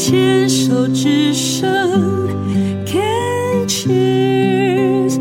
牵手之声 Can Cheers。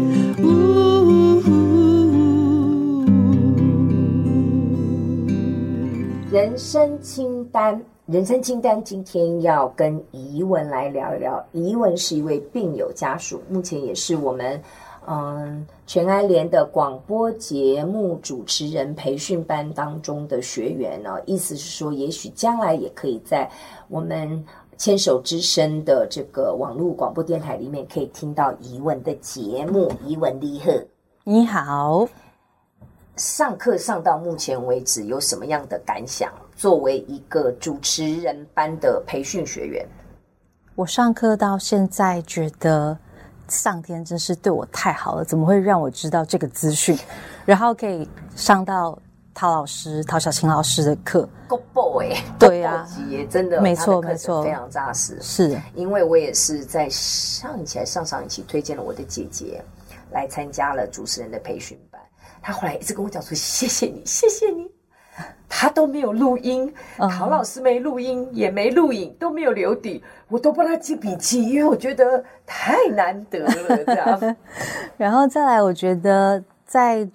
人生清单，人生清单今天要跟怡文来聊一聊。怡文是一位病友家属，目前也是我们全安联的广播节目主持人培训班当中的学员呢，意思是说也许将来也可以在我们牵手之声的这个网络广播电台里面可以听到怡文的节目。怡文你好。 你好。 上课上到目前为止有什么样的感想？作为一个主持人班的培训学员， 我上课到现在觉得上天真是对我太好了，怎么会让我知道这个资讯，然后可以上到陶小琴老师的课。 够爆耶！ 对啊， 真的， 没错没错， 非常扎实。 是因为我也是在上一期还上一期推荐了我的姐姐来参加了主持人的培训班，她后来一直跟我讲说谢谢你谢谢你，她都没有录音，陶老师没录音也没录影，都没有留底，我都帮她记笔记，因为我觉得太难得了这样。 然后再来我觉得在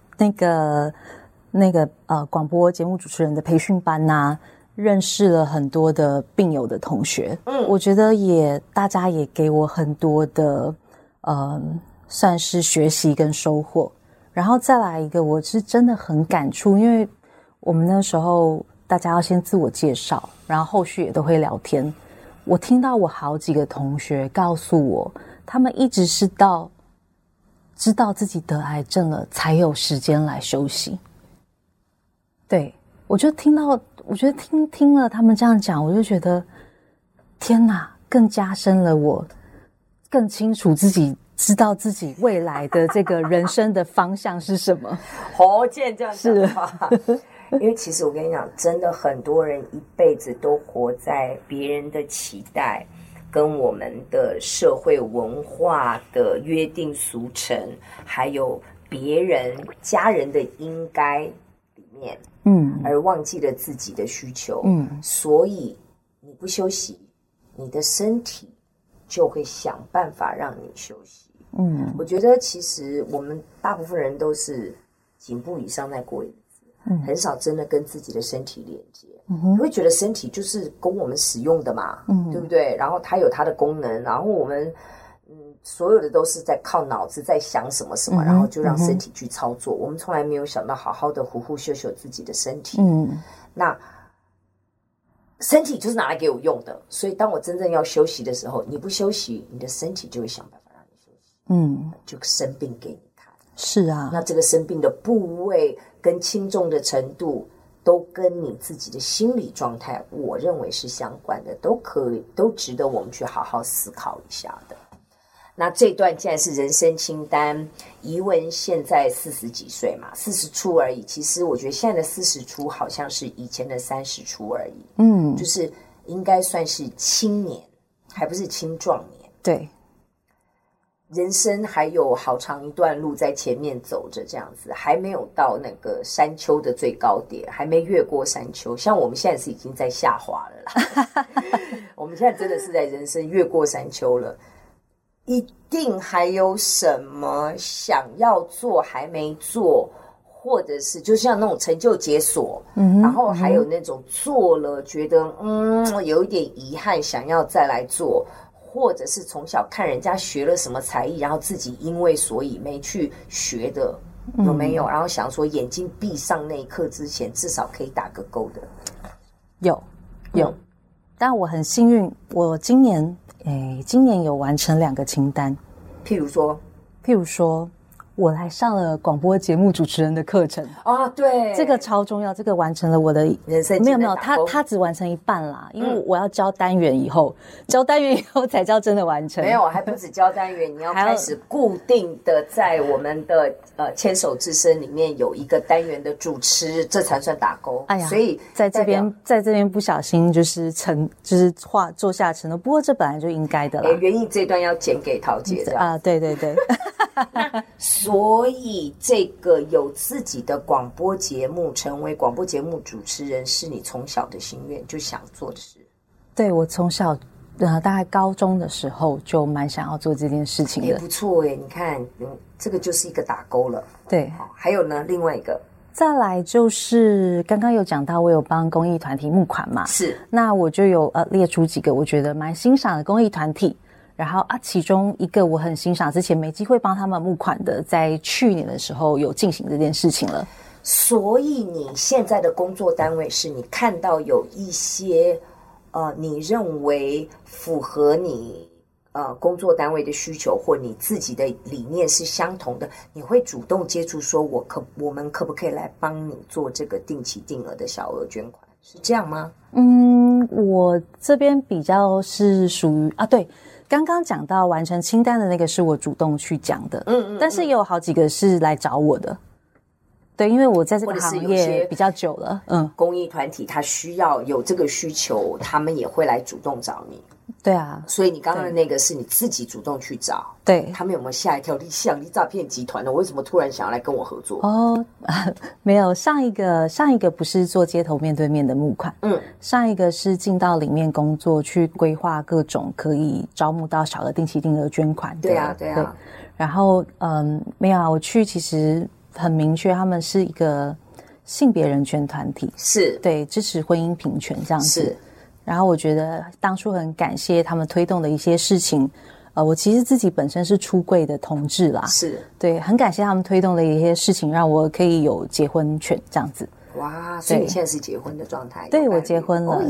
那个广播节目主持人的培训班啊，认识了很多的病友的同学，我觉得大家也给我很多的算是学习跟收获。然后再来一个我是真的很感触，因为我们那时候大家要先自我介绍，然后后续也都会聊天。我听到我好几个同学告诉我，他们一直是到知道自己得癌症了才有时间来休息。对，我就听了他们这样讲，我就觉得天哪，更加深了我更清楚自己知道自己未来的这个人生的方向是什么。 火箭这样讲的话，因为其实我跟你讲，真的很多人一辈子都活在别人的期待跟我们的社会文化的约定俗成，还有别人家人的应该里面，而忘记了自己的需求，所以你不休息，你的身体就会想办法让你休息。我觉得其实我们大部分人都是颈部以上在过日子，很少真的跟自己的身体连接。你会觉得身体就是供我们使用的嘛，对不对？然后它有它的功能，然后我们所有的都是在靠脑子在想什么什么，然后就让身体去操作。我们从来没有想到好好的呼秀秀自己的身体。那身体就是拿来给我用的，所以当我真正要休息的时候，你不休息，你的身体就会想办法让你休息，就生病给你看。 是啊， 那这个生病的部位跟轻重的程度都跟你自己的心理状态，我认为是相关的，都值得我们去好好思考一下的。那这段既然是人生清单，怡文现在40几岁嘛，40出而已。其实我觉得现在的40出好像是以前的30出而已，就是应该算是青年，还不是青壮年。 对， 人生还有好长一段路在前面走着，这样子还没有到那个山丘的最高点，还没越过山丘。像我们现在是已经在下滑了啦，我们现在真的是在人生越过山丘了。一定还有什么想要做还没做，或者是就像那种成就解锁，然后还有那种做了觉得有一点遗憾想要再来做，或者是从小看人家学了什么才艺，然后自己因为所以没去学的，有没有？然后想说眼睛闭上那一刻之前至少可以打个勾的。 有，但我很幸运，我今年有完成2个清单。譬如说我来上了广播节目主持人的课程啊，对， 这个超重要，这个完成了我的人生。 没有，他只完成一半啦，因为我要教单元以后才叫真的完成。 没有，还不止教单元，你要开始固定的在我们的牵手之声里面有一个单元的主持，这才算打勾。哎呀，所以在这边不小心就是做下承诺，不过这本来就应该的啦。原意这段要剪给陶姐的啊， 对。 所以这个有自己的广播节目，成为广播节目主持人，是你从小的心愿，就想做的事。 对，我从小大概高中的时候就蛮想要做这件事情的。 也不错耶，你看，这个就是一个打勾了。 对， 还有呢，另外一个。 再来就是刚刚有讲到我有帮公益团体募款嘛， 是， 那我就有列出几个我觉得蛮欣赏的公益团体，然后其中一个我很欣赏，之前没机会帮他们募款的，在去年的时候有进行这件事情了。 所以你现在的工作单位是你看到有一些你认为符合你工作单位的需求或你自己的理念是相同的，你会主动接触说我们可不可以来帮你做这个定期定额的小额捐款，是这样吗？ 我这边比较是属于对，刚刚讲到完成清单的那个是我主动去讲的，但是也有好几个是来找我的。对，因为我在这个行业比较久了， 公益团体他需要有这个需求，他们也会来主动找你。 对啊， 所以你刚刚的那个是你自己主动去找， 对， 他们有没有吓一跳？你诈骗集团的，为什么突然想要来跟我合作？ 没有，上一个不是做街头面对面的募款，上一个是进到里面工作，去规划各种可以招募到小额定期定额捐款的。 对啊。 然后没有啊，我去其实很明确，他们是一个性别人权团体， 是对支持婚姻平权这样子。是。然后我觉得当初很感谢他们推动的一些事情，我其实自己本身是出柜的同志啦， 是对，很感谢他们推动的一些事情，让我可以有结婚权这样子。 哇，所以你现在是结婚的状态？ 对，我结婚了。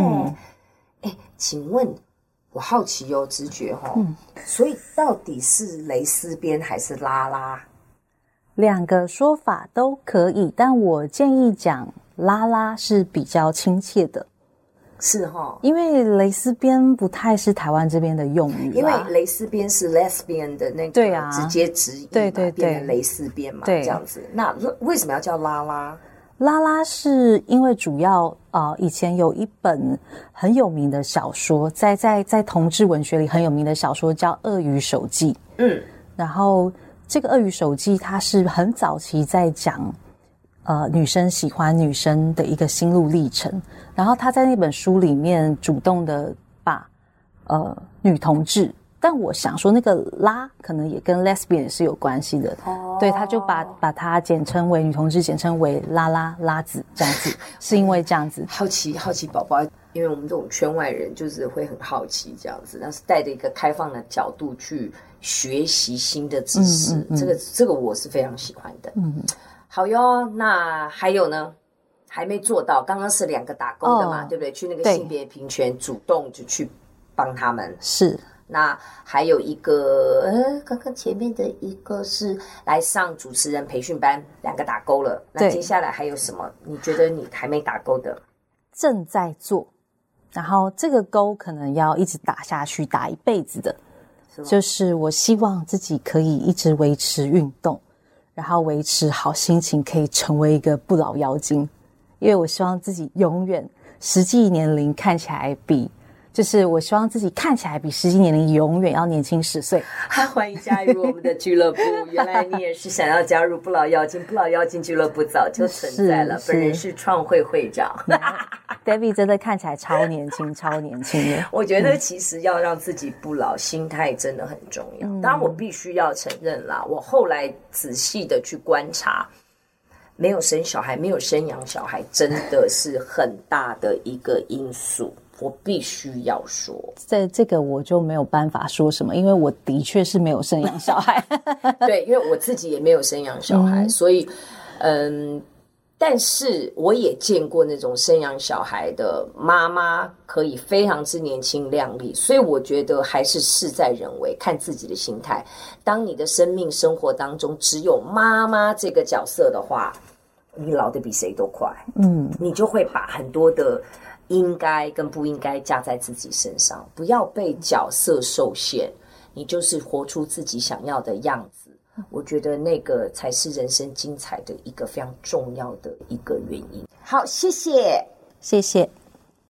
请问我好奇哦，直觉所以到底是蕾丝边还是拉拉？ 两个说法都可以，但我建议讲拉拉是比较亲切的。 是因为蕾丝边不太是台湾这边的用语， 因为蕾丝边是 lesbian 的那个直接直译嘛， 对， 变成蕾丝边嘛，这样子。那为什么要叫拉拉？ 拉拉是因为主要以前有一本很有名的小说，在同志文学里很有名的小说叫《鳄鱼手记》。然后这个《鳄鱼手记》它是很早期在讲女生喜欢女生的一个心路历程，然后他在那本书里面主动的把女同志，但我想说那个拉可能也跟 lesbian 是有关系的，对，他就把它简称为女同志，简称为拉子这样子，是因为这样子。好奇宝宝，因为我们这种圈外人就是会很好奇这样子，但是带着一个开放的角度去学习新的知识，这个我是非常喜欢的。好哟，那还有呢？还没做到，刚刚是2个打勾的嘛，对不对？去那个性别平权，主动就去帮他们。是。那还有一个，刚刚前面的一个是来上主持人培训班，2个打勾了。那接下来还有什么？你觉得你还没打勾的？正在做，然后这个勾可能要一直打下去，打一辈子的。就是我希望自己可以一直维持运动。然后维持好心情，可以成为一个不老妖精，因为我希望自己永远实际年龄看起来就是我希望自己看起来比实际年龄永远要年轻10岁。欢迎加入我们的俱乐部。原来你也是想要加入不老妖精俱乐部早就存在了。本人是创会会长。David 真的看起来超年轻的。我觉得其实要让自己不老，心态真的很重要。当然我必须要承认啦，我后来仔细的去观察，没有生小孩，没有生养小孩，真的是很大的一个因素。我必须要说，在这个我就没有办法说什么，因为我的确是没有生养小孩。对，因为我自己也没有生养小孩，所以但是我也见过那种生养小孩的妈妈可以非常之年轻靓丽，所以我觉得还是事在人为，看自己的心态。当你的生命生活当中只有妈妈这个角色的话，你老得比谁都快。你就会把很多的应该跟不应该加在自己身上，不要被角色受限，你就是活出自己想要的样子。我觉得那个才是人生精彩的一个非常重要的一个原因。好，谢谢。